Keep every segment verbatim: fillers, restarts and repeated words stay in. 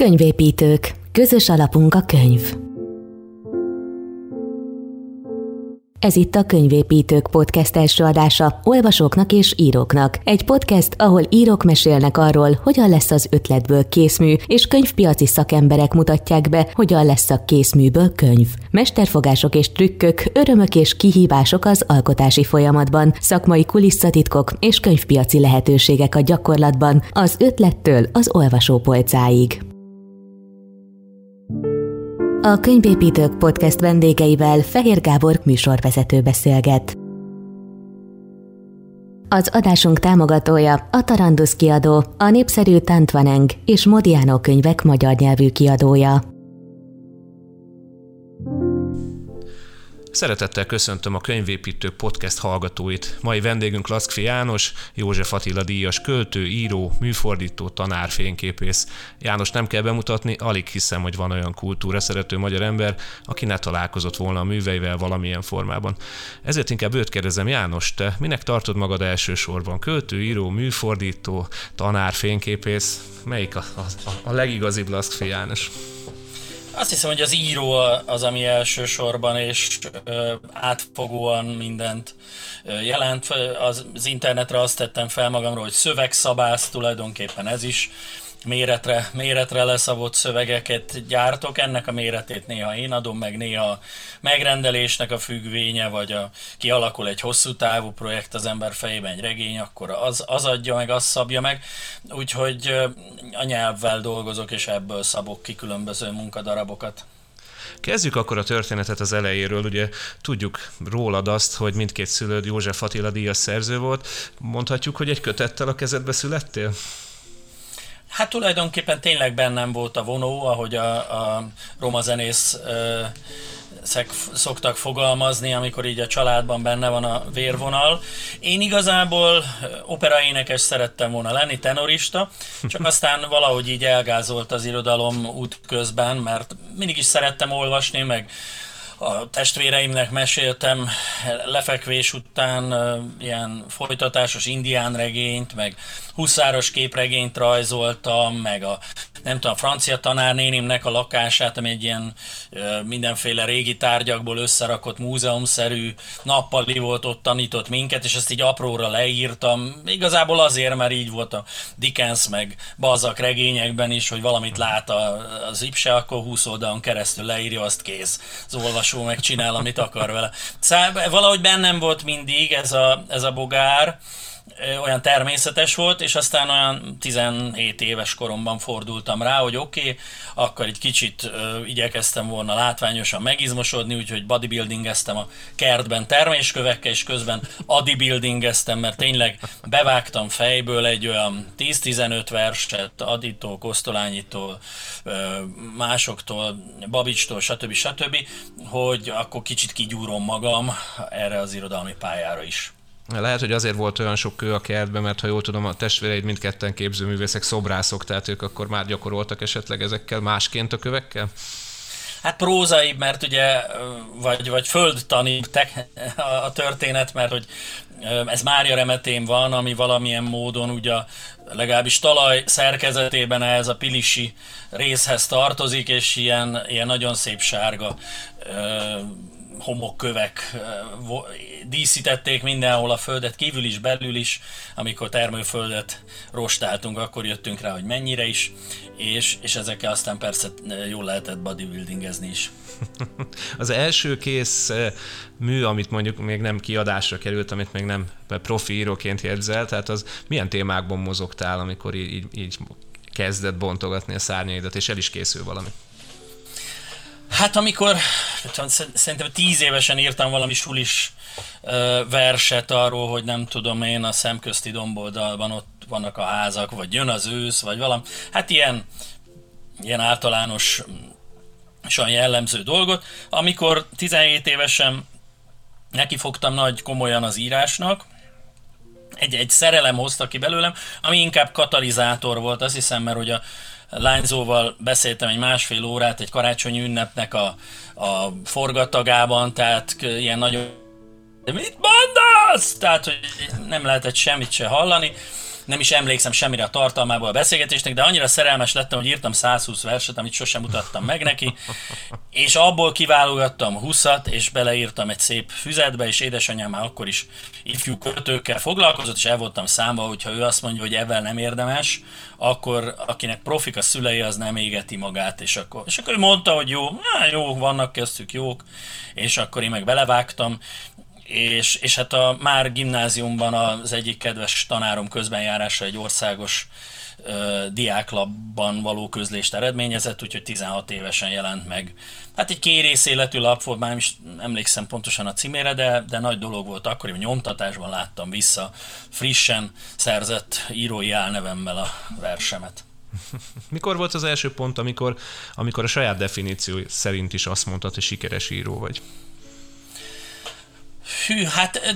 Könyvépítők. Közös alapunk a könyv. Ez itt a Könyvépítők podcast első adása olvasóknak és íróknak. Egy podcast, ahol írók mesélnek arról, hogyan lesz az ötletből készmű, és könyvpiaci szakemberek mutatják be, hogyan lesz a készműből könyv. Mesterfogások és trükkök, örömök és kihívások az alkotási folyamatban, szakmai kulisszatitkok és könyvpiaci lehetőségek a gyakorlatban, az ötlettől az olvasópolcáig. A Könyvépítők podcast vendégeivel Fehér Gábor műsorvezető beszélget. Az adásunk támogatója a Tarandusz kiadó, a népszerű Tantvaneng és Modiano könyvek magyar nyelvű kiadója. Szeretettel köszöntöm a Könyvépítők podcast hallgatóit. Mai vendégünk Laszkfi János, József Attila díjas költő, író, műfordító, tanár, fényképész. János nem kell bemutatni, alig hiszem, hogy van olyan kultúra szerető magyar ember, aki ne találkozott volna a műveivel valamilyen formában. Ezért inkább őt kérdezem, János, te minek tartod magad elsősorban? Költő, író, műfordító, tanár, fényképész? Melyik a, a, a legigazibb Laszkfi János? Azt hiszem, hogy az író az, ami elsősorban és ö, átfogóan mindent ö, jelent. Az, az internetre azt tettem fel magamról, hogy szövegszabász, tulajdonképpen ez is. Méretre, méretre leszabott szövegeket gyártok, ennek a méretét néha én adom meg, néha megrendelésnek a függvénye, vagy a, kialakul egy hosszú távú projekt az ember fejében, egy regény, akkor az, az adja meg, az szabja meg. Úgyhogy a nyelvvel dolgozok, és ebből szabok ki különböző munkadarabokat. Kezdjük akkor a történetet az elejéről. Ugye tudjuk rólad azt, hogy mindkét szülőd József Attila díjas szerző volt. Mondhatjuk, hogy egy kötettel a kezedbe születtél? Hát tulajdonképpen tényleg bennem volt a vonó, ahogy a, a roma zenész ö, szek, szoktak fogalmazni, amikor így a családban benne van a vérvonal. Én igazából operaénekes szerettem volna lenni, tenorista, csak aztán valahogy így elgázolt az irodalom út közben, mert mindig is szerettem olvasni, meg a testvéreimnek meséltem lefekvés után uh, ilyen folytatásos indián regényt, meg huszáros képregényt rajzoltam, meg a nem tudom, a francia tanárnénimnek a lakását, ami egy ilyen uh, mindenféle régi tárgyakból összerakott múzeumszerű nappali volt, ott tanított minket, és ezt így apróra leírtam. Igazából azért, mert így volt a Dickens meg Balzac regényekben is, hogy valamit lát a, az ipse, akkor húsz oldalon keresztül leírja, azt kész. Az olvasó megcsinál, amit akar vele. Szóval valahogy bennem volt mindig ez a, ez a bogár, olyan természetes volt, és aztán olyan tizenhét éves koromban fordultam rá, hogy oké, okay, akkor egy kicsit ö, igyekeztem volna látványosan megizmosodni, úgyhogy bodybuildingeztem a kertben terméskövekkel, és közben adibuildingeztem, mert tényleg bevágtam fejből egy olyan tíz-tizenöt verset Aditól, Kosztolányitól, ö, másoktól, Babicstól, stb. stb., hogy akkor kicsit kigyúrom magam erre az irodalmi pályára is. Lehet, hogy azért volt olyan sok kő a kertben, mert ha jól tudom, a testvéreid mindketten képzőművészek, szobrászok, tehát ők akkor már gyakoroltak esetleg ezekkel másként a kövekkel? Hát prózaibb, mert ugye, vagy, vagy földtanibb a történet, mert hogy ez Mária remetén van, ami valamilyen módon ugye legalábbis talaj szerkezetében ehhez a pilisi részhez tartozik, és ilyen, ilyen nagyon szép sárga homokkövek díszítették mindenhol a földet, kívül is, belül is, amikor termőföldet rostáltunk, akkor jöttünk rá, hogy mennyire is, és, és ezekkel aztán persze jól lehetett bodybuildingezni is. Az első kész mű, amit mondjuk még nem kiadásra került, amit még nem profi íróként jegyzel, tehát az milyen témákban mozogtál, amikor így, így, így kezdett bontogatni a szárnyaidat, és el is készül valami? Hát amikor, szerintem tíz évesen írtam valami sulis verset arról, hogy nem tudom én, a szemközti domboldalban ott vannak a házak, vagy jön az ősz, vagy valami. Hát ilyen, ilyen általánosan jellemző dolgot. Amikor tizenhét évesen nekifogtam nagy komolyan az írásnak, egy, egy szerelem hozta ki belőlem, ami inkább katalizátor volt, azt hiszem, mert hogy a lányzóval beszéltem egy másfél órát egy karácsonyi ünnepnek a, a forgatagában, tehát ilyen nagyon... Mit mondasz? Tehát, hogy nem lehetett semmit se hallani, nem is emlékszem semmire a tartalmából a beszélgetésnek, de annyira szerelmes lettem, hogy írtam száz húsz verset, amit sosem mutattam meg neki, és abból kiválogattam húszat, és beleírtam egy szép füzetbe, és édesanyám már akkor is ifjú költőkkel foglalkozott, és el voltam számba, hogyha ő azt mondja, hogy ebben nem érdemes, akkor akinek profik a szülei, az nem égeti magát, és akkor, és akkor ő mondta, hogy jó, á, jó, vannak köztük jók, és akkor én meg belevágtam, és, és hát a már gimnáziumban az egyik kedves tanárom közbenjárása egy országos ö, diáklapban való közlést eredményezett, úgyhogy tizenhat évesen jelent meg. Hát egy kérész életű lap volt, már nem is emlékszem pontosan a címére, de, de nagy dolog volt akkor, hogy nyomtatásban láttam vissza frissen szerzett írói álnevemmel a versemet. Mikor volt az első pont, amikor, amikor a saját definíció szerint is azt mondtad, hogy sikeres író vagy? Hű, hát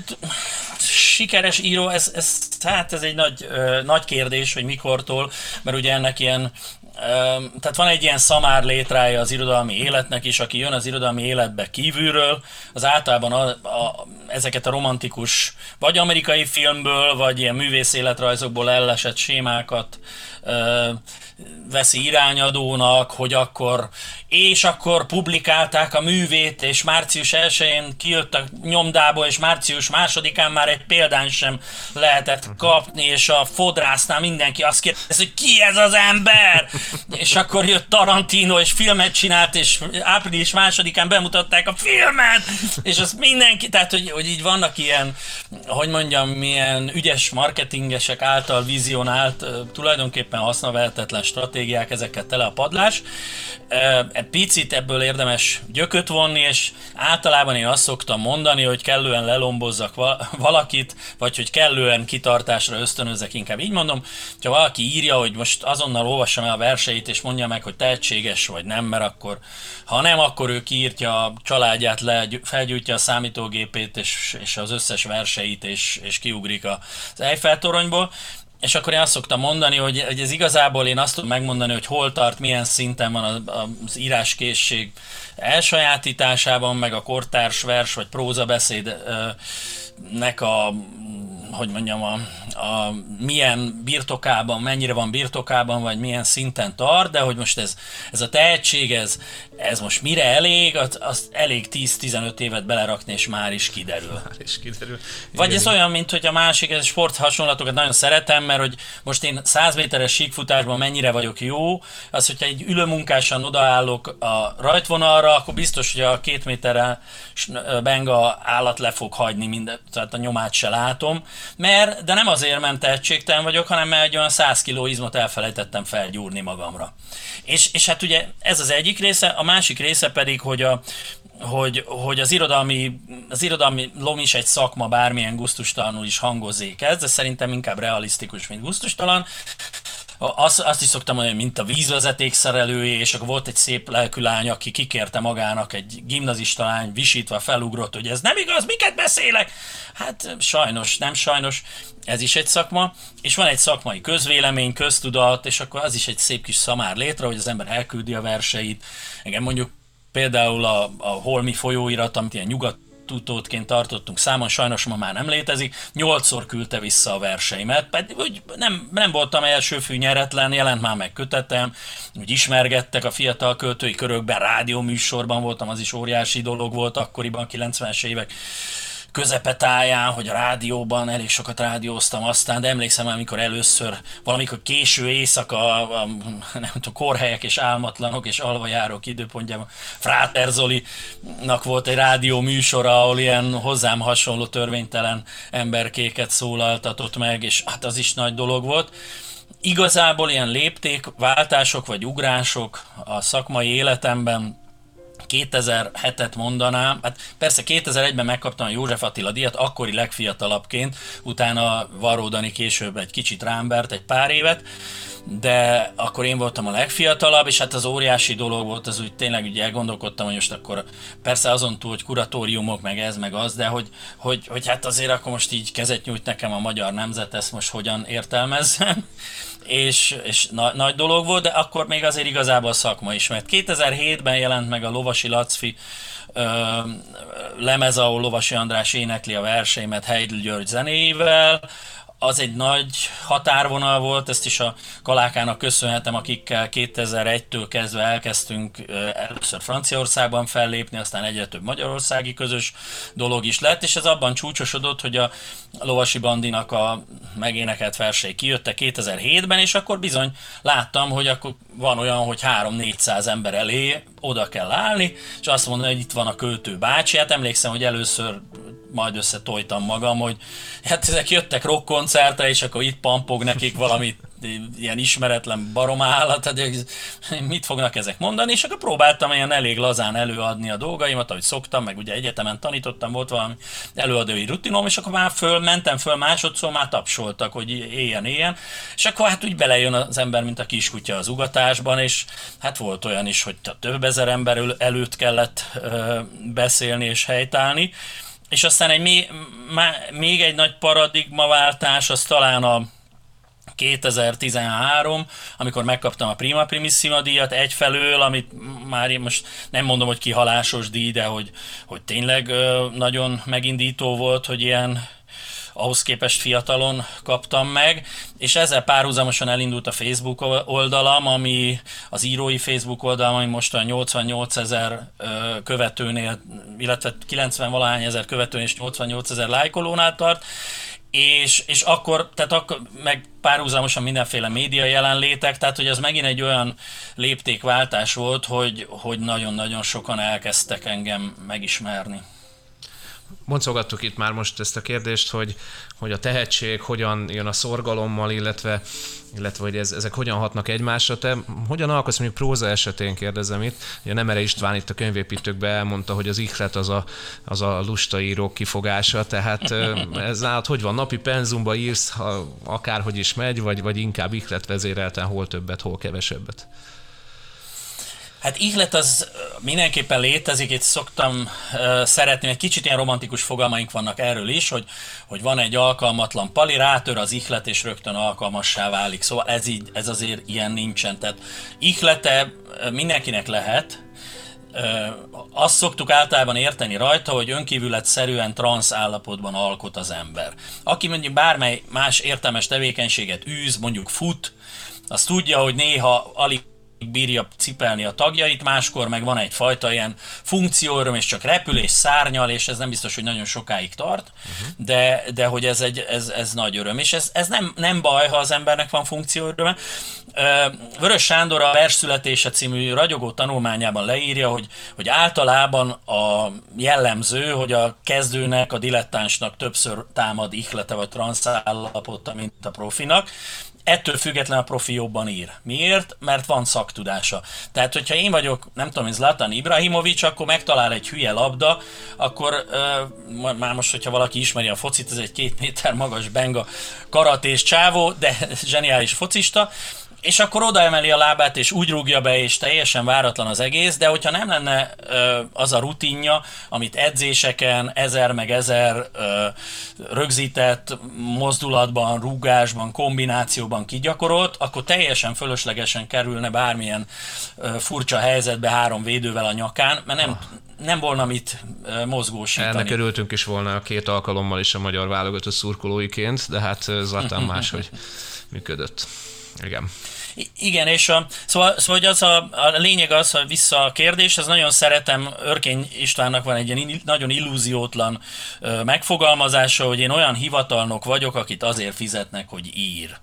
sikeres író, ez, ez, hát ez egy nagy, ö, nagy kérdés, hogy mikortól, mert ugye ennek ilyen, ö, tehát van egy ilyen szamár létrája az irodalmi életnek is, aki jön az irodalmi életbe kívülről, az általában a, a, ezeket a romantikus, vagy amerikai filmből, vagy ilyen művészéletrajzokból ellesett sémákat ö, veszi irányadónak, hogy akkor, és akkor publikálták a művét, és március elsején kijött a nyomdából, és március másodikán már egy példány sem lehetett kapni, és a fodrásznál mindenki azt kérdezi, hogy ki ez az ember? És akkor jött Tarantino, és filmet csinált, és április másodikán bemutatták a filmet, és az mindenki, tehát hogy, hogy így vannak ilyen, hogy mondjam, milyen ügyes marketingesek által vizionált, tulajdonképpen hasznavehetetlen stratégiák, ezeket tele a padlás. Egy picit ebből érdemes gyököt vonni, és általában én azt szoktam mondani, hogy kellően lelombozzak valakit, vagy hogy kellően kitartásra ösztönözzek, inkább így mondom. Ha valaki írja, hogy most azonnal olvassam el a verseit, és mondja meg, hogy tehetséges vagy nem, mert akkor, ha nem, akkor ő kiírtja a családját le, felgyújtja a számítógépét, és, és az összes verseit, és, és kiugrik az Eiffel-toronyból. És akkor én azt szoktam mondani, hogy, hogy ez igazából én azt tudom megmondani, hogy hol tart, milyen szinten van az íráskészség elsajátításában, meg a kortárs vers vagy prózabeszédnek a, hogy mondjam, a, a milyen birtokában, mennyire van birtokában, vagy milyen szinten tart, de hogy most ez, ez a tehetség, ez, ez most mire elég, az, az elég tíz-tizenöt évet belerakni, és már is kiderül. Már is kiderül. Vagy ez olyan, mint hogy a másik, ez sport hasonlatokat nagyon szeretem, mert hogy most én száz méteres síkfutásban mennyire vagyok jó, az, hogyha egy ülőmunkásan odaállok a rajtvonalra, akkor biztos, hogy a két méterre benga állat le fog hagyni, minden, tehát a nyomát se látom, mert, de nem azért, mert tehetségtelen vagyok, hanem mert egy olyan száz kiló izmot elfelejtettem felgyúrni magamra. És, és hát ugye ez az egyik része, a másik része pedig, hogy, a, hogy, hogy az irodalmi, az irodalmi lom is egy szakma, bármilyen gusztustalanul is hangozzék ez, de szerintem inkább realisztikus, mint gusztustalan. Azt, azt is szoktam mondani, mint a vízvezeték szerelője, és akkor volt egy szép lelkű lány, aki kikérte magának, egy gimnazista lány, visítva felugrott, hogy ez nem igaz, miket beszélek? Hát sajnos, nem sajnos, ez is egy szakma, és van egy szakmai közvélemény, köztudat, és akkor az is egy szép kis szamár létre, hogy az ember elküldi a verseit. Engem mondjuk például a, a Holmi folyóirat, amit ilyen nyugat utódként tartottunk számon, sajnos ma már nem létezik, nyolcszor küldte vissza a verseimet, pedig hogy nem, nem voltam elsőfű nyeretlen, jelent már meg kötetem, úgy ismergettek a fiatal költői körökben, rádióműsorban voltam, az is óriási dolog volt akkoriban, kilencvenes évek közepetáján, hogy a rádióban elég sokat rádióztam aztán, de emlékszem, amikor először valamikor késő éjszaka, a, a, nem tudom, korhelyek és álmatlanok és alvajárók időpontjában Fráter Zolinak volt egy rádió műsora, ahol ilyen hozzám hasonló törvénytelen emberkéket szólaltatott meg, és hát az is nagy dolog volt. Igazából ilyen léptékváltások vagy ugrások a szakmai életemben kétezer-hetet mondanám, hát persze kétezer-egyben megkaptam a József Attila díjat, akkori legfiatalabbként, utána Varró Dani később egy kicsit rám vert egy pár évet, de akkor én voltam a legfiatalabb, és hát az óriási dolog volt, az úgy tényleg úgy elgondolkodtam, hogy most akkor persze azon túl, hogy kuratóriumok, meg ez, meg az, de hogy, hogy, hogy hát azért akkor most így kezet nyújt nekem a magyar nemzet, ezt most hogyan értelmezzem, és, és na, nagy dolog volt, de akkor még azért igazából a szakma is, mert kétezer-hétben jelent meg a Lovasi Lacfi ö, lemez, ahol Lovasi András énekli a verseimet Heidl György zenéivel, az egy nagy határvonal volt, ezt is a Kalákának köszönhetem, akikkel kétezer-egytől kezdve elkezdtünk először Franciaországban fellépni, aztán egyre több magyarországi közös dolog is lett, és ez abban csúcsosodott, hogy a Lovasi Bandinak a megénekelt versei kijöttek kétezer-hétben, és akkor bizony láttam, hogy akkor van olyan, hogy három-négyszáz ember elé oda kell állni, és azt mondani, hogy itt van a Költő bácsi. Hát emlékszem, hogy először majd összetojtam magam, hogy hát ezek jöttek rockkoncertre, és akkor itt pampog nekik valami ilyen ismeretlen baromállat, tehát mit fognak ezek mondani, és akkor próbáltam ilyen elég lazán előadni a dolgaimat, ahogy szoktam, meg ugye egyetemen tanítottam, volt valami előadói rutinom, és akkor már föl, mentem föl másodszor, már tapsoltak, hogy éljen, éljen, és akkor hát úgy belejön az ember, mint a kiskutya az ugatásban, és hát volt olyan is, hogy több ezer ember előtt kellett ö, beszélni és helytállni, és aztán egy még, még egy nagy paradigmaváltás, az talán a kétezer-tizenhárom, amikor megkaptam a Prima Primissima díjat egyfelől, amit már én most nem mondom, hogy kihalásos díj, de hogy, hogy tényleg nagyon megindító volt, hogy ilyen ahhoz képest fiatalon kaptam meg, és ezzel párhuzamosan elindult a Facebook oldalam, ami az írói Facebook oldalam, ami most a nyolcvannyolc ezer követőnél, illetve kilencven valahány ezer követőnél és nyolcvannyolc ezer lájkolónál tart, és, és akkor, tehát akkor meg párhuzamosan mindenféle média jelenlétek, tehát hogy ez megint egy olyan léptékváltás volt, hogy, hogy nagyon-nagyon sokan elkezdtek engem megismerni. Boncolgattuk itt már most ezt a kérdést, hogy, hogy a tehetség hogyan jön a szorgalommal, illetve, illetve hogy ez, ezek hogyan hatnak egymásra. Te hogyan alkotsz, mondjuk próza esetén kérdezem itt. Ugye Nemere István itt a könyvépítőkben elmondta, hogy az ihlet az a, az a lusta írók kifogása, tehát ez nálad hogy van? Napi penzumba írsz, ha akárhogy is megy, vagy, vagy inkább ihletvezérelten hol többet, hol kevesebbet? Hát ihlet az mindenképpen létezik, itt szoktam uh, szeretni, egy kicsit ilyen romantikus fogalmaink vannak erről is, hogy, hogy van egy alkalmatlan pali, rátör az ihlet, és rögtön alkalmassá válik. Szóval ez, így, ez azért ilyen nincsen. Tehát ihlete mindenkinek lehet. Uh, azt szoktuk általában érteni rajta, hogy önkívületszerűen transz állapotban alkot az ember. Aki mondjuk bármely más értelmes tevékenységet űz, mondjuk fut, az tudja, hogy néha alig bírja cipelni a tagjait, máskor meg van egyfajta ilyen funkcióöröm, és csak repül és szárnyal, és ez nem biztos, hogy nagyon sokáig tart, uh-huh. de, de hogy ez, egy, ez, ez nagy öröm. És ez, ez nem, nem baj, ha az embernek van funkcióöröme. Vörös Sándor a Versszületése című ragyogó tanulmányában leírja, hogy, hogy általában a jellemző, hogy a kezdőnek, a dilettánsnak többször támad ihlete vagy transzállapota, mint a profinak. Ettől független a profi jobban ír. Miért? Mert van szaktudása. Tehát, hogyha én vagyok, nem tudom, Zlatan Ibrahimovic, akkor megtalál egy hülye labda, akkor uh, már most, hogyha valaki ismeri a focit, ez egy két méter magas benga karatés csávó, de zseniális focista, és akkor odaemeli a lábát, és úgy rúgja be, és teljesen váratlan az egész, de hogyha nem lenne ö, az a rutinja, amit edzéseken, ezer meg ezer ö, rögzített mozdulatban, rúgásban, kombinációban kigyakorolt, akkor teljesen fölöslegesen kerülne bármilyen ö, furcsa helyzetbe három védővel a nyakán, mert nem, nem volna mit ö, mozgósítani. Ennek örültünk is volna a két alkalommal is a magyar válogatott szurkolóiként, de hát Zlatan máshogy működött. Igen. I- igen, és a, szóval, szóval az a, a lényeg az, hogy vissza a kérdés, ez nagyon szeretem, Örkény Istvánnak van egy ilyen nagyon illúziótlan ö, megfogalmazása, hogy én olyan hivatalnok vagyok, akit azért fizetnek, hogy ír.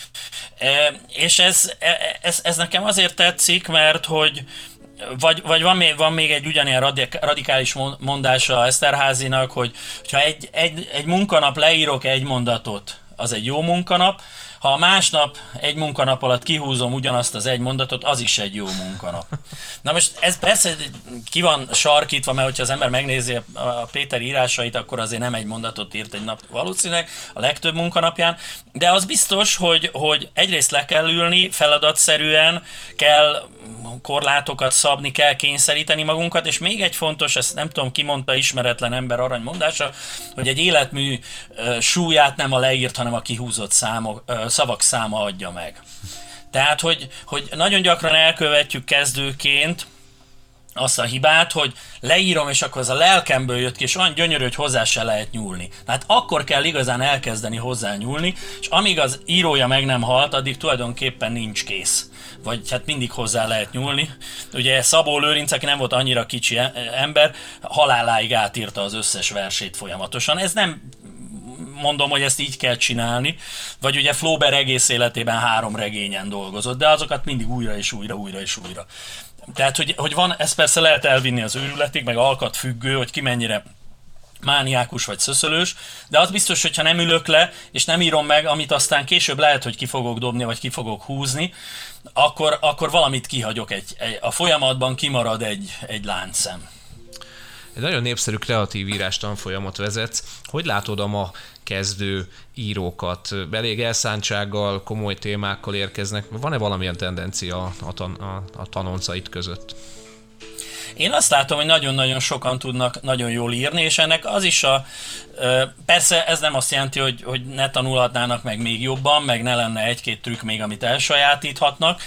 E, és ez, ez, ez nekem azért tetszik, mert hogy Vagy, vagy van, még, van még egy ugyanilyen radik, radikális mondása Eszterházynak, hogy ha egy, egy, egy munkanap leírok egy mondatot, az egy jó munkanap, ha másnap egy munkanap alatt kihúzom ugyanazt az egy mondatot, az is egy jó munkanap. Na most ez persze ki van sarkítva, mert hogyha az ember megnézi a Péter írásait, akkor azért nem egy mondatot írt egy nap valószínűleg a legtöbb munkanapján, de az biztos, hogy, hogy egyrészt le kell ülni, feladatszerűen kell korlátokat szabni, kell kényszeríteni magunkat, és még egy fontos, ezt nem tudom, ki mondta, ismeretlen ember aranymondása, hogy egy életmű súlyát nem a leírt, hanem a kihúzott számok, szavak száma adja meg. Tehát, hogy, hogy nagyon gyakran elkövetjük kezdőként azt a hibát, hogy leírom, és akkor az a lelkemből jött ki, és olyan gyönyörű, hogy hozzá se lehet nyúlni. Tehát akkor kell igazán elkezdeni hozzá nyúlni, és amíg az írója meg nem halt, addig tulajdonképpen nincs kész. Vagy hát mindig hozzá lehet nyúlni. Ugye Szabó Lőrinc, aki nem volt annyira kicsi ember, haláláig átírta az összes versét folyamatosan. Ez nem mondom, hogy ezt így kell csinálni, vagy ugye Flaubert egész életében három regényen dolgozott, de azokat mindig újra és újra, újra és újra. Tehát, hogy, hogy van, ezt persze lehet elvinni az őrületig, meg alkatfüggő, hogy ki mennyire mániákus vagy szöszölős, de az biztos, hogyha nem ülök le, és nem írom meg, amit aztán később lehet, hogy ki fogok dobni, vagy ki fogok húzni, akkor, akkor valamit kihagyok, egy, egy, a folyamatban kimarad egy, egy láncszem. Egy nagyon népszerű kreatív írás tanfolyamot vezetsz. Hogy látod a ma kezdő írókat? Elég elszántsággal, komoly témákkal érkeznek. Van-e valamilyen tendencia a, tan- a, a tanoncait között? Én azt látom, hogy nagyon-nagyon sokan tudnak nagyon jól írni, és ennek az is a... Persze ez nem azt jelenti, hogy, hogy ne tanulhatnának meg még jobban, meg ne lenne egy-két trükk még, amit elsajátíthatnak.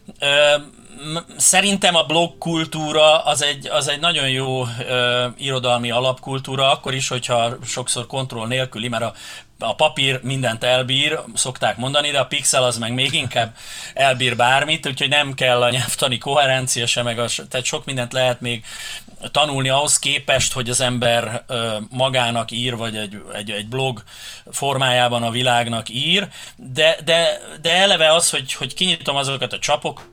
Szerintem a blog kultúra az egy, az egy nagyon jó ö, irodalmi alapkultúra, akkor is, hogyha sokszor kontroll nélküli, mert a, a papír mindent elbír, szokták mondani, de a pixel az meg még inkább elbír bármit, úgyhogy nem kell a nyelvtani koherencia sem, meg a, tehát sok mindent lehet még tanulni ahhoz képest, hogy az ember ö, magának ír, vagy egy, egy, egy blog formájában a világnak ír, de, de, de eleve az, hogy, hogy kinyitom azokat a csapokat,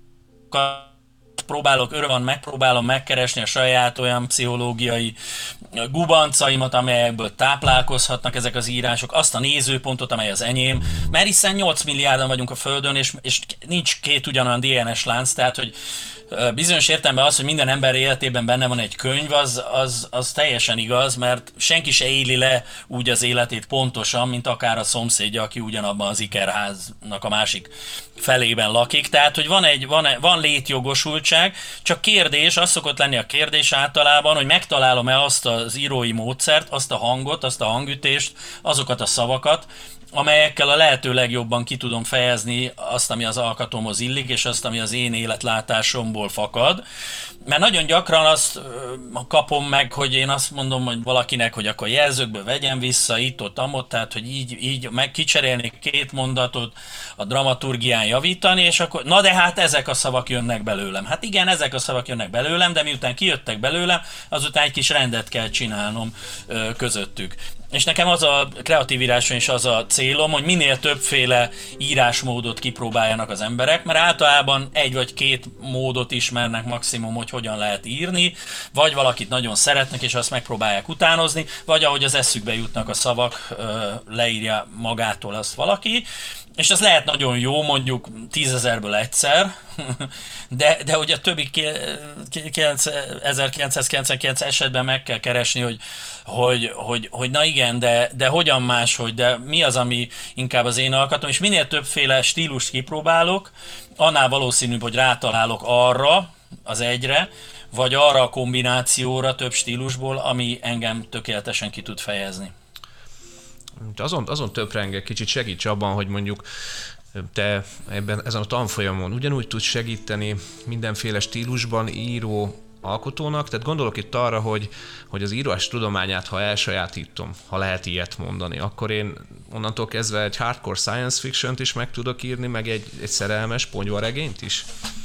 próbálok öröm, megpróbálom megkeresni a saját olyan pszichológiai gubancaimat, amelyekből táplálkozhatnak ezek az írások, azt a nézőpontot, amely az enyém, mert hiszen nyolc milliárdan vagyunk a Földön, és, és nincs két ugyanolyan dé en es lánc, tehát hogy bizonyos értelemben az, hogy minden ember életében benne van egy könyv, az, az, az teljesen igaz, mert senki se éli le úgy az életét pontosan, mint akár a szomszédja, aki ugyanabban az ikerháznak a másik felében lakik. Tehát, hogy van, egy, van, van létjogosultság, csak kérdés, az szokott lenni a kérdés általában, hogy megtalálom-e azt az írói módszert, azt a hangot, azt a hangütést, azokat a szavakat, amelyekkel a lehető legjobban ki tudom fejezni azt, ami az alkatomhoz illik, és azt, ami az én életlátásomból fakad. Mert nagyon gyakran azt kapom meg, hogy én azt mondom, hogy valakinek, hogy akkor jelzőkből vegyen vissza, itt-ott, amott, tehát, hogy így, így meg kicserélnék két mondatot, a dramaturgián javítani, és akkor, na de hát ezek a szavak jönnek belőlem. Hát igen, ezek a szavak jönnek belőlem, de miután kijöttek belőlem, azután egy kis rendet kell csinálnom ö, közöttük. És nekem az a kreatív íráson is az a célom, hogy minél többféle írásmódot kipróbáljanak az emberek, mert általában egy vagy két módot ismernek maximum, hogy hogyan lehet írni, vagy valakit nagyon szeretnek, és azt megpróbálják utánozni, vagy ahogy az eszükbe jutnak a szavak, leírja magától azt valaki, és ez lehet nagyon jó, mondjuk tízezerből egyszer, de, de hogy a többi ezerkilencszázkilencvenkilenc esetben meg kell keresni, hogy, hogy, hogy, hogy na igen, de, de hogyan máshogy, de mi az, ami inkább az én alkatom, és minél többféle stílust kipróbálok, annál valószínűbb, hogy rátalálok arra, az egyre, vagy arra a kombinációra több stílusból, ami engem tökéletesen ki tud fejezni. Azon, azon töprengek, kicsit segíts abban, hogy mondjuk te ebben, ezen a tanfolyamon ugyanúgy tudsz segíteni mindenféle stílusban író alkotónak, tehát gondolok itt arra, hogy, hogy az írás tudományát, ha elsajátítom, ha lehet ilyet mondani, akkor én onnantól kezdve egy hardcore science fiction-t is meg tudok írni, meg egy, egy szerelmes ponyvaregényt is?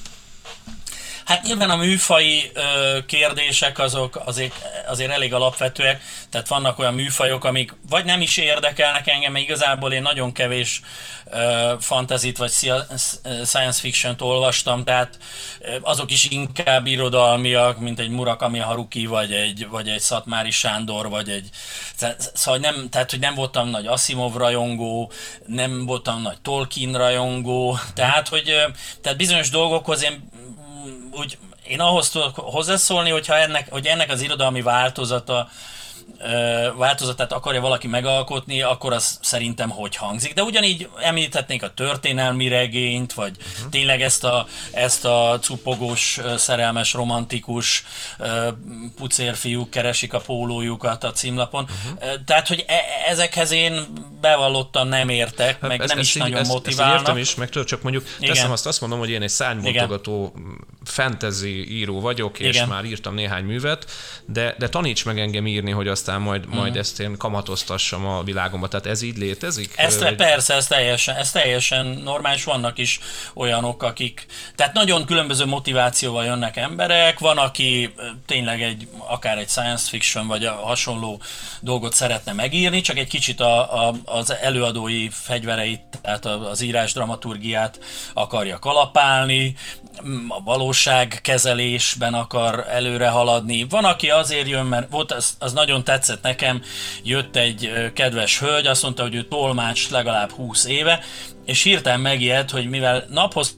Hát nyilván a műfai ö, kérdések azok azért, azért elég alapvetőek, tehát vannak olyan műfajok, amik vagy nem is érdekelnek engem, mert igazából én nagyon kevés ö, fantazit vagy science fiction-t olvastam, tehát ö, azok is inkább irodalmiak, mint egy Murakami Haruki, vagy egy, vagy egy Szatmári Sándor, vagy egy... Szóval nem, tehát, hogy nem voltam nagy Asimov rajongó, nem voltam nagy Tolkien rajongó, tehát, hogy ö, tehát bizonyos dolgokhoz én úgy, én ahhoz tudok hozzászólni, hogyha ennek, hogy ennek az irodalmi változata változatát akarja valaki megalkotni, akkor az szerintem hogy hangzik. De ugyanígy említhetnénk a történelmi regényt, vagy uh-huh. tényleg ezt a, ezt a cupogós, szerelmes, romantikus pucérfiúk keresik a pólójukat a címlapon. Uh-huh. Tehát, hogy e- ezekhez én bevallottan nem értek, hát meg ez, nem ez is így, nagyon ezt, motiválnak. Ezt értem is, meg tudod, csak mondjuk igen. teszem azt, azt mondom, hogy én egy szárnyboltogató fantasy író vagyok, és igen. már írtam néhány művet, de, de taníts meg engem írni, hogy aztán majd, majd mm. ezt én kamatoztassam a világomba. Tehát ez így létezik? Ezt le, persze, ez teljesen, ez teljesen normális. Vannak is olyanok, akik... Tehát nagyon különböző motivációval jönnek emberek. Van, aki tényleg egy, akár egy science fiction, vagy a hasonló dolgot szeretne megírni, csak egy kicsit a, a, az előadói fegyvereit, tehát az írás dramaturgiát akarja kalapálni, a valóságkezelésben akar előre haladni. Van, aki azért jön, mert volt, az, az nagyon tetszett nekem, jött egy kedves hölgy, azt mondta, hogy ő tolmács legalább húsz éve, és hirtelen megijedt, hogy mivel naphoz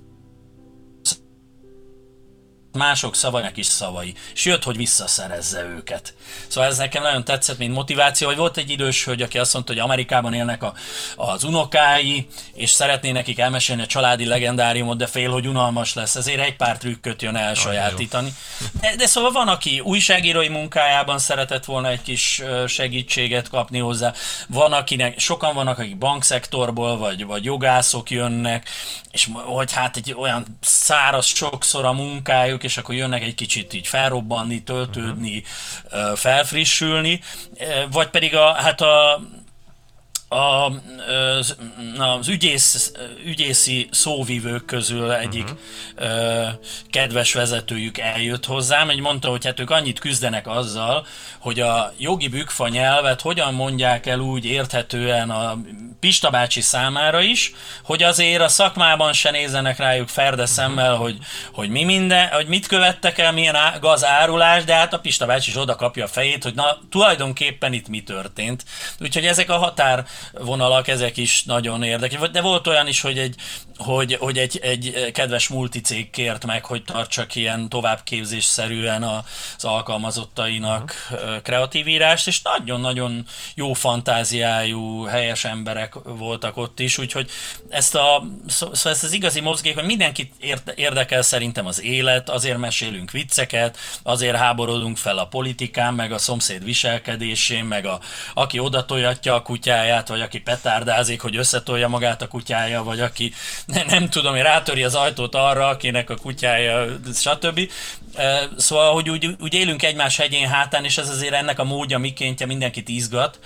mások szavainak is szavai, és jött, hogy visszaszerezze őket. Szóval ez nekem nagyon tetszett, mint motiváció, hogy volt egy idős hölgy, aki azt mondta, hogy Amerikában élnek a, az unokái, és szeretné nekik elmesélni a családi legendáriumot, de fél, hogy unalmas lesz, ezért egy pár trükköt jön elsajátítani. De, de szóval van, aki újságírói munkájában szeretett volna egy kis segítséget kapni hozzá, van, akinek, sokan vannak, akik bankszektorból, vagy, vagy jogászok jönnek, és hogy hát egy olyan száraz sokszor a munkájuk, és akkor jönnek egy kicsit így felrobbanni, töltődni, uh-huh. felfrissülni, vagy pedig a, hát a A, az, az ügyész, ügyészi szóvivők közül egyik uh-huh. kedves vezetőjük eljött hozzám, és mondta, hogy hát ők annyit küzdenek azzal, hogy a jogi bükfa nyelvet hogyan mondják el úgy érthetően a Pista bácsi számára is, hogy azért a szakmában se nézzenek rájuk ferde szemmel, uh-huh. hogy, hogy mi minden, hogy mit követtek el, milyen á, gazárulás, de hát a Pista bácsi is oda kapja a fejét, hogy na tulajdonképpen itt mi történt. Úgyhogy ezek a határ vonalak, ezek is nagyon érdekes. De volt olyan is, hogy egy, hogy, hogy egy, egy kedves multicég kért meg, hogy tartsak ilyen továbbképzésszerűen az alkalmazottainak uh-huh. kreatív írást, és nagyon-nagyon jó fantáziájú, helyes emberek voltak ott is, úgyhogy ezt, a, szóval ezt az igazi mozgék, hogy mindenkit érdekel szerintem az élet, azért mesélünk vicceket, azért háborodunk fel a politikán, meg a szomszéd viselkedésén, meg a, aki odatoljatja a kutyáját, vagy aki petárdázik, hogy összetolja magát a kutyája, vagy aki nem tudom, hogy rátöri az ajtót arra, akinek a kutyája, stb. Szóval, hogy úgy, úgy élünk egymás hegyén hátán, és ez azért ennek a módja, mikéntje mindenkit izgat,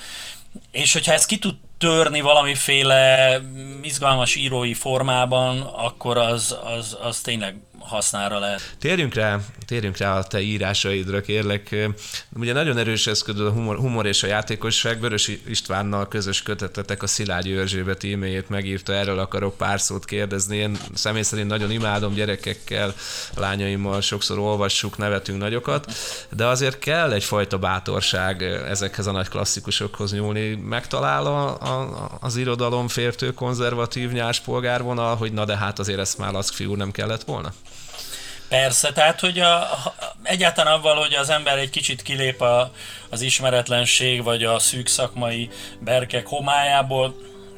és hogyha ezt ki tud törni valamiféle izgalmas írói formában, akkor az, az, az tényleg hasznára lehet. Térjünk rá, térjünk rá a te írásaidra, kérlek. Ugye nagyon erőseszködő a humor, humor és a játékosság. Vörös Istvánnal közös kötetetek, a Szilágyi Erzsébet e-mailjét megírta, erről akarok pár szót kérdezni. Én személy szerint nagyon imádom, gyerekekkel, lányaimmal sokszor olvassuk, nevetünk nagyokat, de azért kell egyfajta bátorság ezekhez a nagy klasszikusokhoz nyúlni. Megtalál a, a, az irodalom fértő, konzervatív nyárs polgárvonal, hogy na de hát azért ezt már Laszkfi úr nem kellett volna? Persze, tehát hogy a, egyáltalán avval, hogy az ember egy kicsit kilép a, az ismeretlenség vagy a szűk szakmai berkek homályából,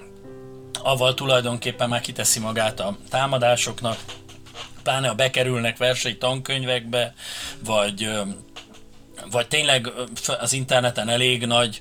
avval tulajdonképpen már kiteszi magát a támadásoknak, pláne ha bekerülnek versei tankönyvekbe, vagy, vagy tényleg az interneten elég nagy,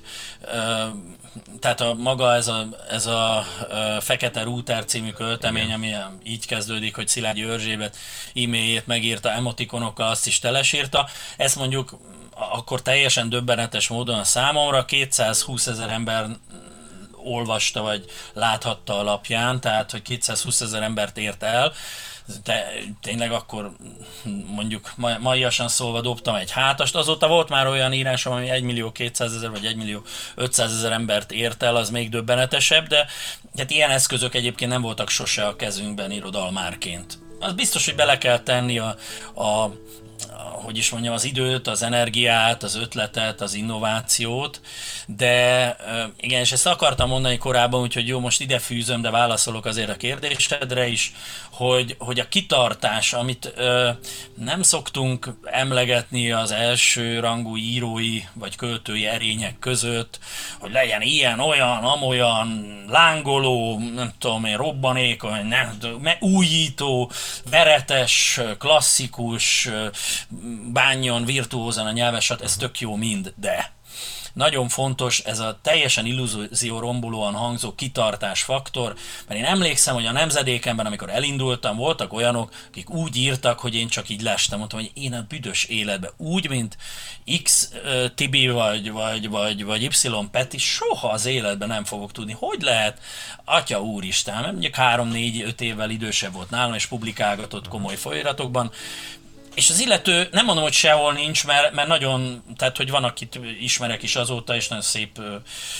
tehát a maga ez a, ez a Fekete Rúter című költemény, igen. ami így kezdődik, hogy Szilágyi Erzsébet e-mailjét megírta emotikonokkal, azt is telesírta. Ezt mondjuk akkor teljesen döbbenetes módon a számomra kétszázhúszezer ember olvasta, vagy láthatta a lapján, tehát hogy kétszázhúszezer embert ért el. De tényleg akkor mondjuk maiasan szólva dobtam egy hátast. Azóta volt már olyan írásom, ami egymillió kétszázezer vagy egymillió ötszázezer embert ért el, az még döbbenetesebb, de hát ilyen eszközök egyébként nem voltak sose a kezünkben irodalmárként. az biztos, hogy bele kell tenni a, a hogy is mondjam, az időt, az energiát, az ötletet, az innovációt, de igen, és ezt akartam mondani korábban, úgyhogy jó, most ide fűzöm, de válaszolok azért a kérdésedre is, hogy, hogy a kitartás, amit ö, nem szoktunk emlegetni az első rangú írói vagy költői erények között, hogy legyen ilyen, olyan, amolyan, lángoló, nem tudom én, robbanékony, nem, újító, veretes, klasszikus, bánjon virtuózan a nyelvesat, ez tök jó mind, de nagyon fontos ez a teljesen illúzió rombolóan hangzó kitartás faktor, mert én emlékszem, hogy a nemzedékemben, amikor elindultam, voltak olyanok, akik úgy írtak, hogy én csak így lestem, mondtam, hogy én a büdös életben úgy, mint X uh, Tibi vagy, vagy, vagy, vagy Y Peti, soha az életben nem fogok tudni. Hogy lehet? Atya úristen, mert mondjuk három-négy-öt évvel idősebb volt nálam, és publikálgatott komoly folyóiratokban, és az illető, nem mondom, hogy sehol nincs, mert, mert nagyon, tehát hogy van, akit ismerek is azóta, és nagyon szép ö,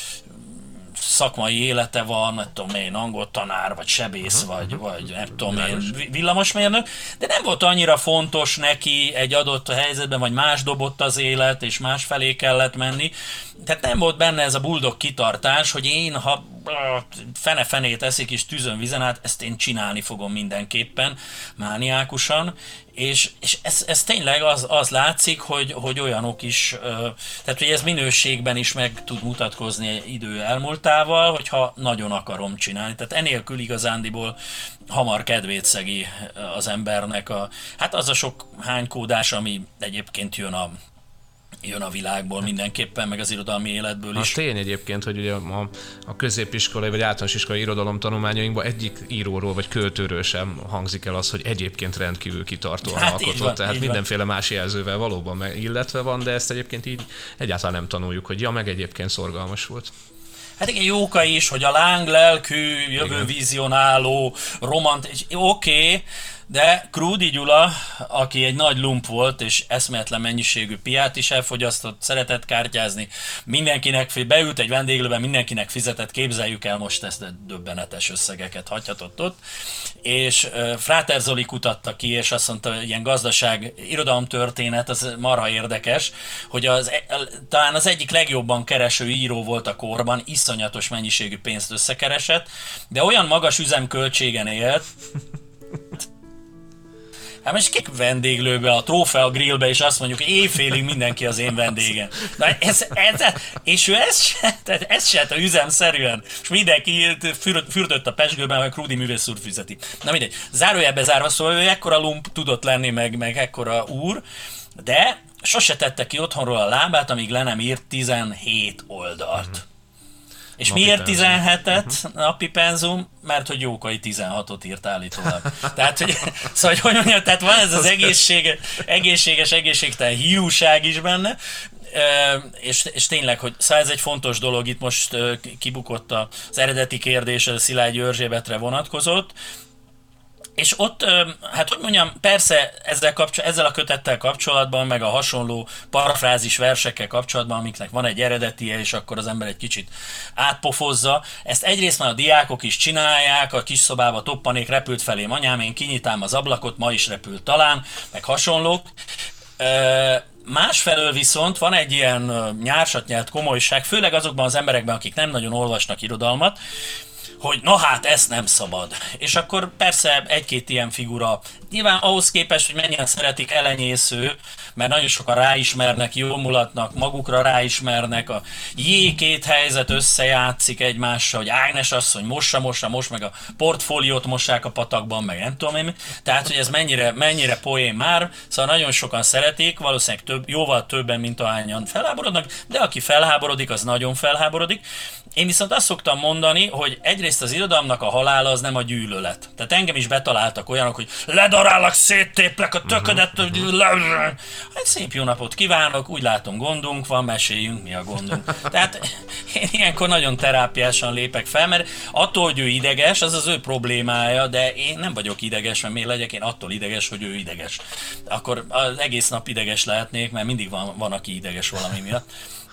szakmai élete van, nem tudom én, angol tanár, vagy sebész, uh-huh, vagy, vagy nem tudom én, villamosmérnök, de nem volt annyira fontos neki egy adott helyzetben, vagy más dobott az élet, és más felé kellett menni. Tehát nem volt benne ez a buldog kitartás, hogy én, ha fene-fenét eszik és tűzön vizen át, ezt én csinálni fogom mindenképpen, mániákusan, és, és ez, ez tényleg az, az látszik, hogy, hogy olyanok is, tehát hogy ez minőségben is meg tud mutatkozni idő elmúltával, hogyha nagyon akarom csinálni. Tehát enélkül igazándiból hamar kedvét szegi az embernek a, hát az a sok hánykódás, ami egyébként jön a jön a világból mindenképpen, meg az irodalmi életből is. A tény egyébként, hogy ugye a, a középiskolai vagy általános iskolai irodalomtanulmányainkban egyik íróról vagy költőről sem hangzik el az, hogy egyébként rendkívül kitartóan hát alkotott. Van, tehát mindenféle van. Más jelzővel valóban meg illetve van, de ezt egyébként így egyáltalán nem tanuljuk, hogy ja, meg egyébként szorgalmas volt. Hát igen, Jóka is, hogy a lánglelkű, jövővizionáló, romantikus, oké, okay, de Krúdy Gyula, aki egy nagy lump volt, és eszméletlen mennyiségű piát is elfogyasztott, szeretett kártyázni, mindenkinek, beült egy vendéglőben, mindenkinek fizetett, képzeljük el most ezt, a döbbenetes összegeket hagyhatott ott, és uh, Fráter Zoli kutatta ki, és azt mondta, hogy ilyen gazdaság, irodalomtörténet, az marha érdekes, hogy az, talán az egyik legjobban kereső író volt a korban, iszonyatos mennyiségű pénzt összekeresett, de olyan magas üzemköltségen élt, hát most kik vendéglőbe, a Trófea Grillbe, és azt mondjuk, hogy éjfélig mindenki az én vendégem. Na ez, ez, és ő ezt se, tehát ez se, a üzemszerűen, és mindenki fürdött a pezsgőben, hogy Krúdy művész úr fizeti. Na mindegy, zárójelbe zárva, szóval ő ekkora lump tudott lenni, meg, meg ekkora úr, de sose tette ki otthonról a lábát, amíg le nem írt tizenhét oldalt. Mm-hmm. És napi miért tizenhetet uh-huh. napi penzum? Mert hogy Jókai tizenhatot írt állítólag. Tehát, hogy, szóval, hogy mondjam, tehát van ez az egészséges, egészséges, egészségtelen hiúság is benne, e, és, és tényleg, hogy szóval ez egy fontos dolog, itt most kibukott az eredeti kérdés, a Szilágyi Erzsébetre vonatkozott, és ott, hát hogy mondjam, persze ezzel, kapcsol- ezzel a kötettel kapcsolatban, meg a hasonló parafrázis versekkel kapcsolatban, amiknek van egy eredetie, és akkor az ember egy kicsit átpofozza. Ezt egyrészt már a diákok is csinálják, a kis szobába toppanék, repült felém anyám, én kinyitám az ablakot, ma is repült talán, meg hasonlók. Másfelől viszont van egy ilyen nyársat nyelt komolyság, főleg azokban az emberekben, akik nem nagyon olvasnak irodalmat, hogy na hát, ezt nem szabad. És akkor persze egy-két ilyen figura, nyilván ahhoz képest, hogy mennyien szeretik, elenyésző, mert nagyon sokan ráismernek, jól mulatnak, magukra ráismernek, a jé-két helyzet összejátszik egymással, hogy Ágnes asszony mossa, mossa, most meg a portfóliót mossák a patakban, meg nem tudom én. Tehát, hogy ez mennyire, mennyire poén már, szóval nagyon sokan szeretik, valószínűleg több, jóval többen, mint ahányan felháborodnak, de aki felháborodik, az nagyon felháborodik. Én viszont azt szoktam mondani, hogy egyrészt az irodalomnak a halála az nem a gyűlölet. Tehát engem is betaláltak olyanok, hogy ledarálak, széttéplek a töködet, uh-huh. le... Hát szép jó napot kívánok, úgy látom gondunk van, meséljünk, mi a gondunk. Tehát én ilyenkor nagyon terápiásan lépek fel, mert attól, hogy ő ideges, az az ő problémája, de én nem vagyok ideges, mert miért legyek én attól ideges, hogy ő ideges. Akkor az egész nap ideges lehetnék, mert mindig van, van aki ideges valami miatt.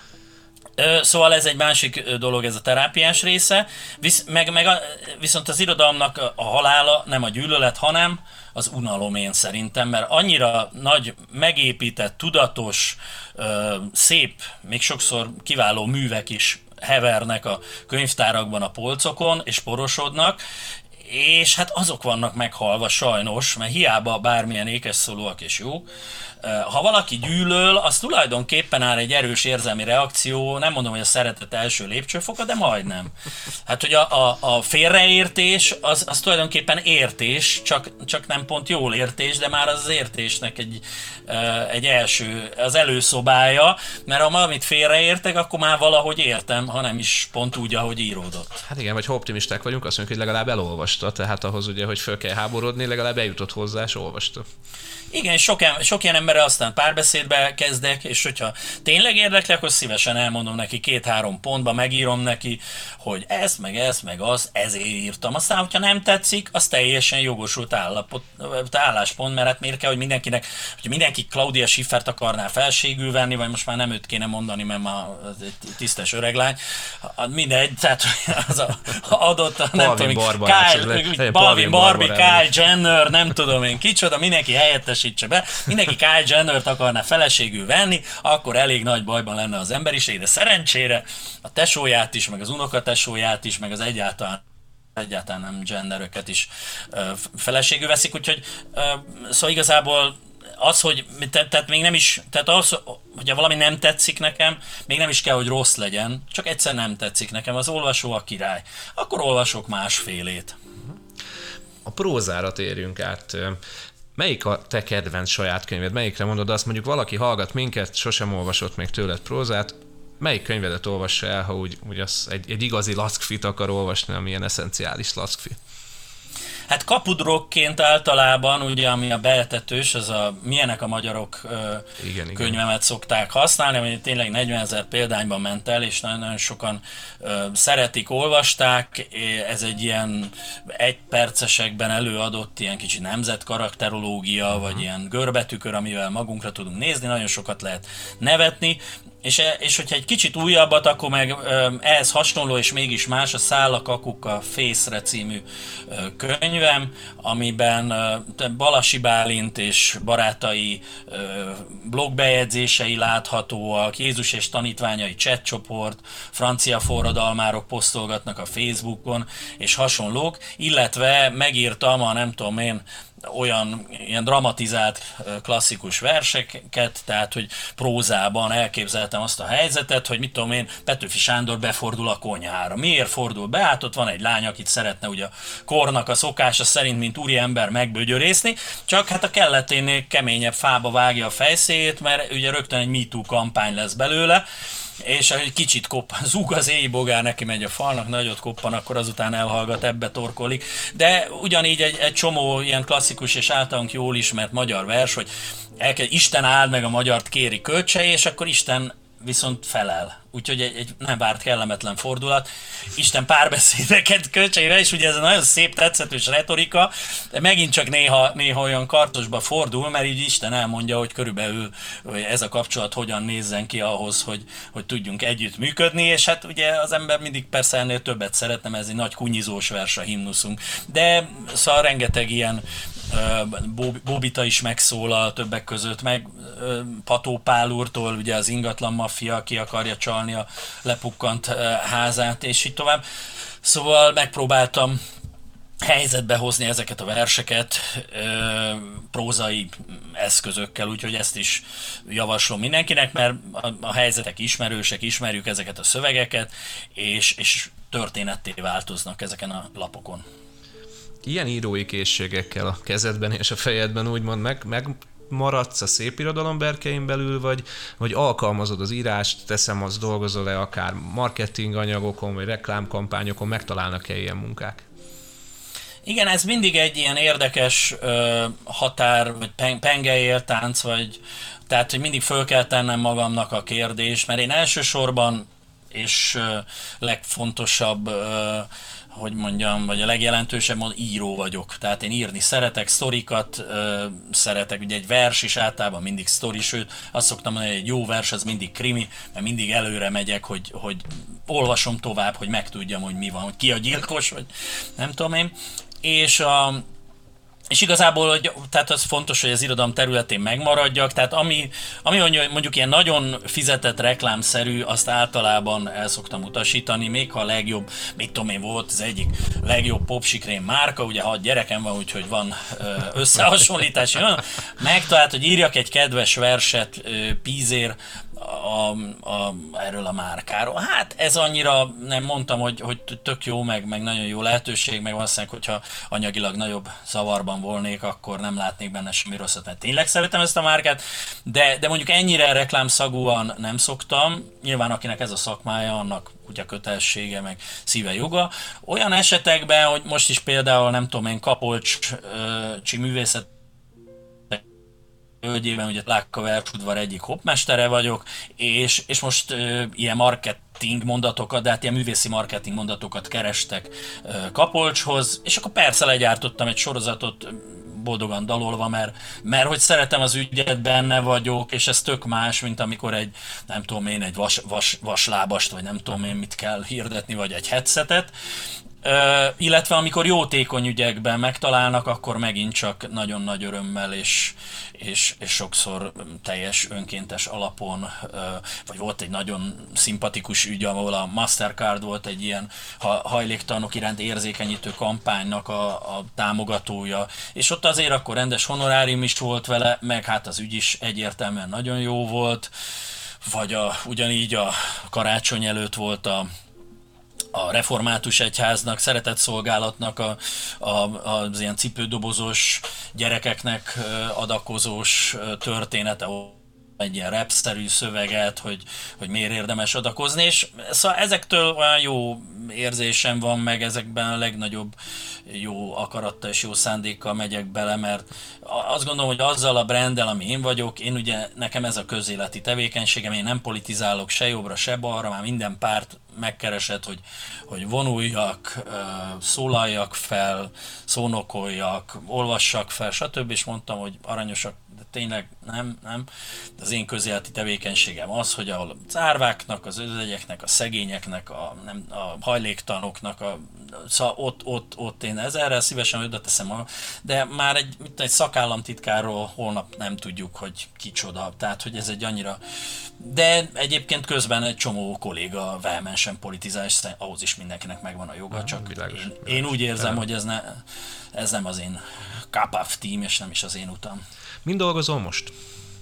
Szóval ez egy másik dolog, ez a terápiás része, Visz, meg, meg a, viszont az irodalomnak a halála nem a gyűlölet, hanem az unalom én szerintem, mert annyira nagy, megépített, tudatos, szép, még sokszor kiváló művek is hevernek a könyvtárakban, a polcokon, és porosodnak, és hát azok vannak meghalva sajnos, mert hiába bármilyen ékesszólóak és jók. Ha valaki gyűlöl, az tulajdonképpen áll egy erős érzelmi reakció, nem mondom, hogy a szeretet első lépcsőfoka, de majdnem. Hát, hogy a, a, a félreértés, az, az tulajdonképpen értés, csak, csak nem pont jól értés, de már az, az értésnek egy, egy első, az előszobája, mert ha valamit félreértek, akkor már valahogy értem, ha nem is pont úgy, ahogy íródott. Hát igen, vagy ha optimisták vagyunk, azt mondjuk, hogy legalább elolvasta, tehát ahhoz ugye, hogy föl kell háborodni, legalább eljutott hozzá, és olvasta. Igen, sok, sok ilyen emberrel aztán párbeszédbe kezdek, és hogyha tényleg érdekli, akkor szívesen elmondom neki két-három pontba, megírom neki, hogy ezt, meg ezt, meg az, ezért írtam. Aztán, hogyha nem tetszik, az teljesen jogosult állapot, álláspont, mert hát miért kell, hogy mindenkinek, hogy mindenki Claudia Schiffert akarná felségül venni, vagy most már nem őt kéne mondani, mert már az egy tisztes öreglány. Mindegy, tehát az a, adott, nem tudom, Kyle, Balvin Barbie, Kyle Jenner, nem tudom én kicsoda, mindenki helyettes be. Mindenki Kyle Jennert akarná feleségül venni, akkor elég nagy bajban lenne az emberiség, de szerencsére a tesóját is, meg az unokatesóját is, meg az egyáltalán egyáltalán nem genderöket is uh, feleségül veszik, úgyhogy uh, szóval igazából az, hogy te, tehát még nem is, tehát az, hogyha valami nem tetszik nekem, még nem is kell, hogy rossz legyen, csak egyszer nem tetszik nekem, az olvasó a király. Akkor olvasok másfélét. A prózára térjünk át. Melyik a te kedvenc saját könyved? Melyikre mondod azt, mondjuk valaki hallgat minket, sosem olvasott még tőled prózát, melyik könyvedet olvassa el, ha úgy, úgy az egy, egy igazi lackfit akar olvasni, ami ilyen eszenciális lackfi? Hát kapudrokként általában, ugye, ami a beetetős, az a Milyenek a magyarok igen, könyvemet igen. szokták használni, ami tényleg negyvenezer példányban ment el, és nagyon-nagyon sokan ö, szeretik, olvasták. Ez egy ilyen egypercesekben előadott ilyen kicsi nemzetkarakterológia, uh-huh. vagy ilyen görbetükör, amivel magunkra tudunk nézni, nagyon sokat lehet nevetni. És, és hogyha egy kicsit újabbat, akkor meg ehhez hasonló és mégis más a Száll a Kakuka Fészre című könyvem, amiben Balasi Bálint és barátai blogbejegyzései láthatóak, Jézus és tanítványai chatcsoport, francia forradalmárok posztolgatnak a Facebookon, és hasonlók, illetve megírtam a nem tudom én, olyan ilyen dramatizált klasszikus verseket, tehát, hogy prózában elképzeltem azt a helyzetet, hogy mit tudom én, Petőfi Sándor befordul a konyhára. Miért fordul be? Hát ott van egy lány, akit szeretne ugye a kornak a szokása szerint, mint úriember megbögyörészni, csak hát a kelleténél keményebb fába vágja a fejszéjét, mert ugye rögtön egy MeToo kampány lesz belőle, és egy kicsit koppan, zúg az éjbogár, neki megy a falnak, nagyot koppan, akkor azután elhallgat, ebbe torkolik. De ugyanígy egy, egy csomó ilyen klasszikus és általunk jól ismert magyar vers, hogy elkezd, Isten áld meg a magyart kéri kölcsei, és akkor Isten viszont felel. Úgyhogy egy, egy nem várt kellemetlen fordulat. Isten párbeszédeket költseire, és ugye ez a nagyon szép, tetszetős retorika, de megint csak néha, néha olyan kartosba fordul, mert így Isten elmondja, hogy körülbelül hogy ez a kapcsolat hogyan nézzen ki ahhoz, hogy, hogy tudjunk együtt működni, és hát ugye az ember mindig persze ennél többet szeretne, ez egy nagy kunyizós vers a himnuszunk. De szóval rengeteg ilyen Bóbita is megszólal többek között, meg Pató Pál úrtól, ugye az ingatlan maffia, aki akarja csalni a lepukkant házát, és így tovább. Szóval megpróbáltam helyzetbe hozni ezeket a verseket prózai eszközökkel, úgyhogy ezt is javaslom mindenkinek, mert a, a helyzetek ismerősek, ismerjük ezeket a szövegeket, és, és történetté változnak ezeken a lapokon. Ilyen írói készségekkel a kezedben és a fejedben úgymond meg, megmaradsz a szép irodalom berkein belül, vagy, vagy alkalmazod az írást, teszem, azt dolgozol-e akár marketing anyagokon, vagy reklámkampányokon, megtalálnak-e ilyen munkák? Igen, ez mindig egy ilyen érdekes ö, határ, vagy pen, pengeéltánc, vagy tehát, hogy mindig föl kell tennem magamnak a kérdést, mert én elsősorban és ö, legfontosabb ö, hogy mondjam, vagy a legjelentősebb mond, író vagyok. Tehát én írni szeretek, sztorikat ö, szeretek, ugye egy vers is általában mindig sztori, sőt azt szoktam mondani, hogy egy jó vers az mindig krimi, mert mindig előre megyek, hogy, hogy olvasom tovább, hogy megtudjam, hogy mi van, hogy ki a gyilkos, vagy nem tudom én. És a És igazából, hogy, tehát az fontos, hogy az irodalom területén megmaradjak, tehát ami, ami mondjuk ilyen nagyon fizetett reklámszerű, azt általában el szoktam utasítani, még ha a legjobb, mit tudom én, volt az egyik legjobb popsikrém márka, ugye hat gyerekem van, úgyhogy van összehasonlítás, megtalált, hogy írjak egy kedves verset Pízér A, a, erről a márkáról. Hát ez annyira nem mondtam, hogy, hogy tök jó, meg, meg nagyon jó lehetőség, meg valószínűleg, hogyha anyagilag nagyobb zavarban volnék, akkor nem látnék benne semmi rosszat, mert tényleg szeretem ezt a márkát, de, de mondjuk ennyire reklámszagúan nem szoktam. Nyilván akinek ez a szakmája, annak ugye kötelessége, meg szíve joga. Olyan esetekben, hogy most is például nem tudom én, Kapolcsi művészet völgyében, ugye Láka Verksudvar egyik hoppmestere vagyok, és, és most ö, ilyen marketing mondatokat, de hát ilyen művészi marketing mondatokat kerestek ö, Kapolcshoz, és akkor persze legyártottam egy sorozatot boldogan dalolva, mert, mert hogy szeretem az ügyet, benne vagyok, és ez tök más, mint amikor egy, nem tudom én, egy vas, vas, vaslábast, vagy nem tudom én mit kell hirdetni, vagy egy headsetet. Uh, illetve amikor jótékony ügyekben megtalálnak, akkor megint csak nagyon nagy örömmel és, és, és sokszor teljes önkéntes alapon, uh, vagy volt egy nagyon szimpatikus ügy, ahol a Mastercard volt egy ilyen hajléktalanok iránt érzékenyítő kampánynak a, a támogatója, és ott azért akkor rendes honorárium is volt vele, meg hát az ügy is egyértelműen nagyon jó volt, vagy a, ugyanígy a karácsony előtt volt a a református egyháznak, szeretetszolgálatnak, a, a, az ilyen cipődobozos gyerekeknek adakozós története, egy ilyen rapszerű szöveget, hogy, hogy miért érdemes adakozni, és szóval ezektől olyan jó érzésem van, meg ezekben a legnagyobb jó akarattal és jó szándékkal megyek bele, mert azt gondolom, hogy azzal a branddel, ami én vagyok, én ugye, nekem ez a közéleti tevékenységem, én nem politizálok se jobbra, se balra, már minden párt megkeresett, hogy, hogy vonuljak, szólaljak fel, szónokoljak, olvassak fel, stb. És mondtam, hogy aranyosak, de tényleg nem, nem. De az én közéleti tevékenységem az, hogy ahol az árváknak, az özvegyeknek, a szegényeknek, a, nem, a hajléktalanoknak, a, szóval ott, ott, ott én ezerrel szívesen oda teszem, de már egy, egy szakállamtitkárról holnap nem tudjuk, hogy kicsoda, tehát hogy ez egy annyira... De egyébként közben egy csomó kolléga vehemensen politizál, és ahhoz is mindenkinek megvan a joga, ah, csak világos, én, világos. Én úgy érzem, hogy ez, ne, ez nem az én cup of team, és nem is az én utam. Mind dolgozol most?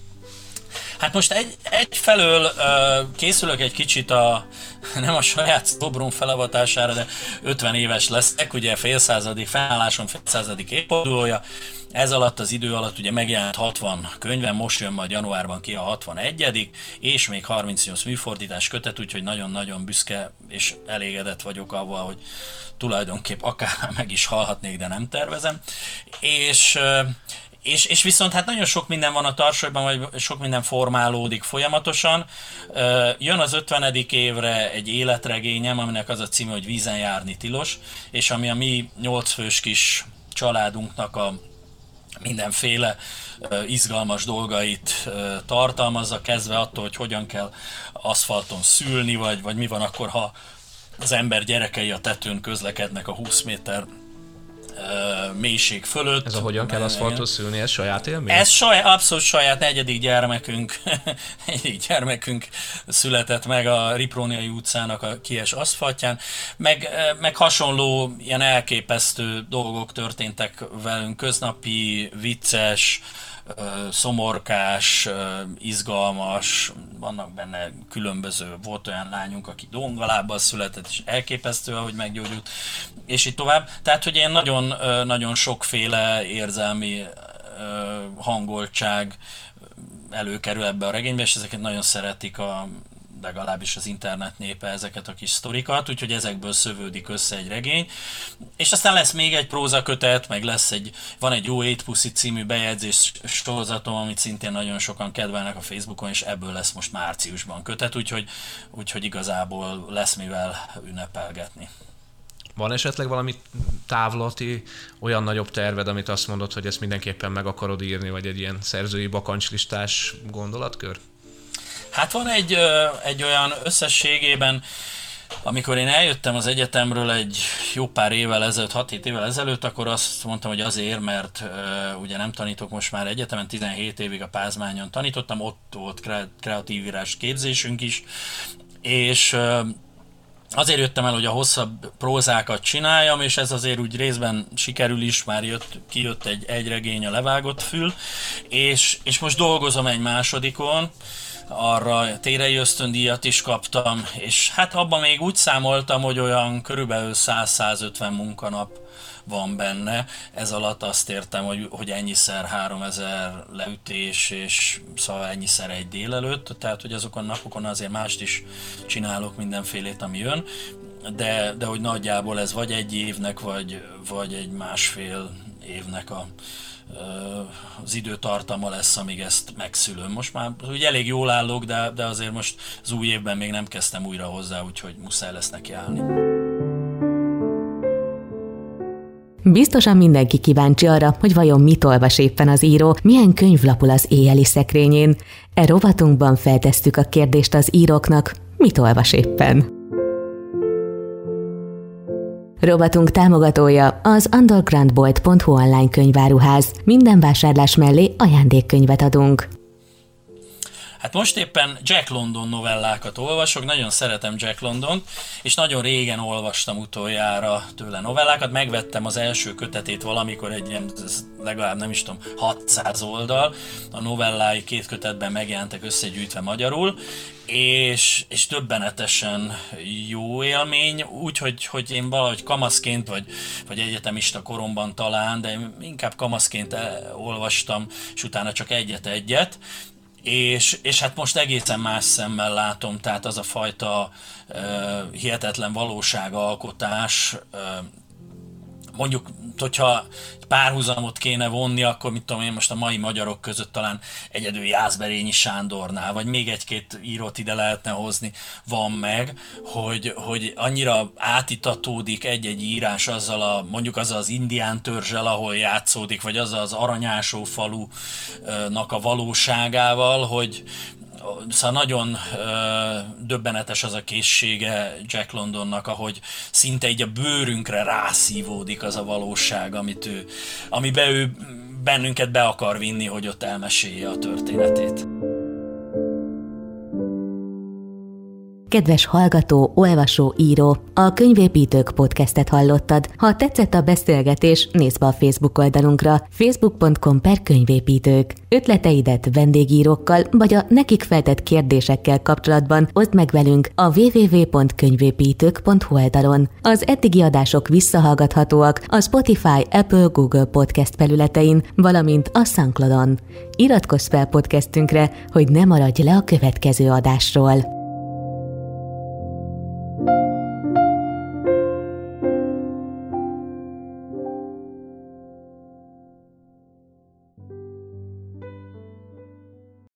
Hát most egy, egyfelől uh, készülök egy kicsit a, nem a saját szobrom felavatására, de ötven éves leszek, ugye félszázadik felállásom, félszázadik évfordulója. Ez alatt az idő alatt ugye megjelent hatvan könyvem, most jön majd januárban ki a hatvanegyedik, és még harmincnyolc műfordítás kötet, úgyhogy nagyon-nagyon büszke és elégedett vagyok avval, hogy tulajdonképp akár meg is halhatnék, de nem tervezem. És... Uh, És, és viszont hát nagyon sok minden van a tarsolyban, vagy sok minden formálódik folyamatosan. Jön az ötvenedik évre egy életregényem, aminek az a címe, hogy Vízen járni tilos, és ami a mi nyolcfős kis családunknak a mindenféle izgalmas dolgait tartalmazza, kezdve attól, hogy hogyan kell aszfalton szülni, vagy, vagy mi van akkor, ha az ember gyerekei a tetőn közlekednek a húsz méter mélység fölött. Ez a hogyan kell aszfalton szülni, ez saját élmény? Ez saját, abszolút saját, negyedik gyermekünk, negyedik gyermekünk született meg a Ripróniai utcának a Kies aszfaltján, meg, meg hasonló ilyen elképesztő dolgok történtek velünk, köznapi, vicces, szomorkás, izgalmas, vannak benne különböző, volt olyan lányunk, aki dongalábbal született, és elképesztő, ahogy meggyógyult, és így tovább. Tehát, hogy ilyen nagyon, nagyon sokféle érzelmi hangoltság előkerül ebbe a regénybe, és ezeket nagyon szeretik a legalábbis az internet népe ezeket a kis sztorikat, úgyhogy ezekből szövődik össze egy regény. És aztán lesz még egy prózakötet, meg lesz egy, van egy Jó étpuszi című bejegyzés sorozatom, amit szintén nagyon sokan kedvelnek a Facebookon, és ebből lesz most márciusban kötet, úgyhogy, úgyhogy igazából lesz mivel ünnepelgetni. Van esetleg valami távlati, olyan nagyobb terved, amit azt mondod, hogy ezt mindenképpen meg akarod írni, vagy egy ilyen szerzői bakancslistás gondolatkör? Hát van egy, egy olyan összességében Amikor én eljöttem az egyetemről egy jó pár évvel ezelőtt, hat-hét évvel ezelőtt, akkor azt mondtam, hogy azért, mert uh, ugye nem tanítok most már egyetemen, tizenhét évig a Pázmányon tanítottam, ott volt kreatív írás képzésünk is, és uh, azért jöttem el, hogy a hosszabb prózákat csináljam, és ez azért úgy részben sikerül is, már jött, kijött egy, egy regény, a Levágott fül, és, és most dolgozom egy másodikon, arra térei ösztöndíjat is kaptam, és hát abban még úgy számoltam, hogy olyan körülbelül száz-százötven munkanap van benne. Ez alatt azt értem, hogy, hogy ennyiszer háromezer leütés, és szóval ennyiszer egy délelőtt, tehát hogy azokon a napokon azért mást is csinálok, mindenfélét, ami jön, de, de hogy nagyjából ez vagy egy évnek, vagy, vagy egy másfél évnek a az időtartama lesz, amíg ezt megszülöm. Most már ugye elég jól állok, de, de azért most az új évben még nem kezdtem újra hozzá, úgyhogy muszáj lesz neki állni. Biztosan mindenki kíváncsi arra, hogy vajon mit olvas éppen az író, milyen könyv lapul az éjjeli szekrényén. E rovatunkban feltesszük a kérdést az íróknak, mit olvas éppen. Rovatunk támogatója az undergroundbolt pont hu online könyváruház. Minden vásárlás mellé ajándékkönyvet adunk. Hát most éppen Jack London novellákat olvasok, nagyon szeretem Jack Londont, és nagyon régen olvastam utoljára tőle novellákat, megvettem az első kötetét valamikor, egy ilyen, legalább nem is tudom, hatszáz oldal, a novellái két kötetben megjelentek összegyűjtve magyarul, és, és döbbenetesen jó élmény, úgyhogy hogy én valahogy kamaszként, vagy, vagy egyetemista koromban talán, de inkább kamaszként olvastam, és utána csak egyet-egyet, És, és hát most egészen más szemmel látom, tehát az a fajta uh, hihetetlen valóságalkotás, uh, mondjuk, hogyha párhuzamot kéne vonni, akkor mit tudom én most a mai magyarok között talán egyedül Jászberényi Sándornál, vagy még egy-két írót ide lehetne hozni, van meg, hogy, hogy annyira átitatódik egy-egy írás azzal a, mondjuk azzal az indián törzsel, ahol játszódik, vagy azzal az Aranyásó falunak a valóságával, hogy szóval nagyon ö, döbbenetes az a készsége Jack Londonnak, ahogy szinte így a bőrünkre rászívódik az a valóság, amit ő, amiben ő bennünket be akar vinni, hogy ott elmesélje a történetét. Kedves hallgató, olvasó, író, a Könyvépítők podcastet hallottad. Ha tetszett a beszélgetés, nézz be a Facebook oldalunkra, facebook pont com per könyvépítők. Ötleteidet vendégírókkal vagy a nekik feltett kérdésekkel kapcsolatban oszd meg velünk a double-u double-u double-u pont könyvépítők pont hu oldalon. Az eddigi adások visszahallgathatóak a Spotify, Apple, Google Podcast felületein, valamint a SoundCloudon. Iratkozz fel podcastünkre, hogy ne maradj le a következő adásról.